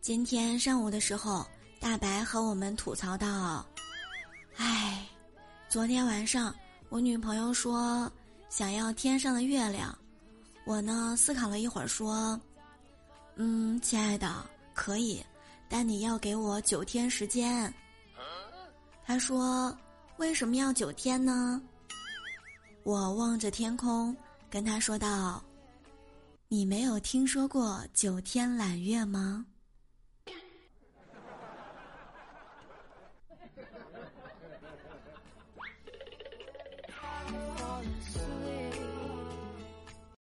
今天上午的时候，大白和我们吐槽道：唉，昨天晚上我女朋友说想要天上的月亮，我呢思考了一会儿说，亲爱的，可以，但你要给我9天时间。她说，为什么要9天呢？我望着天空跟她说道，你没有听说过9天揽月吗？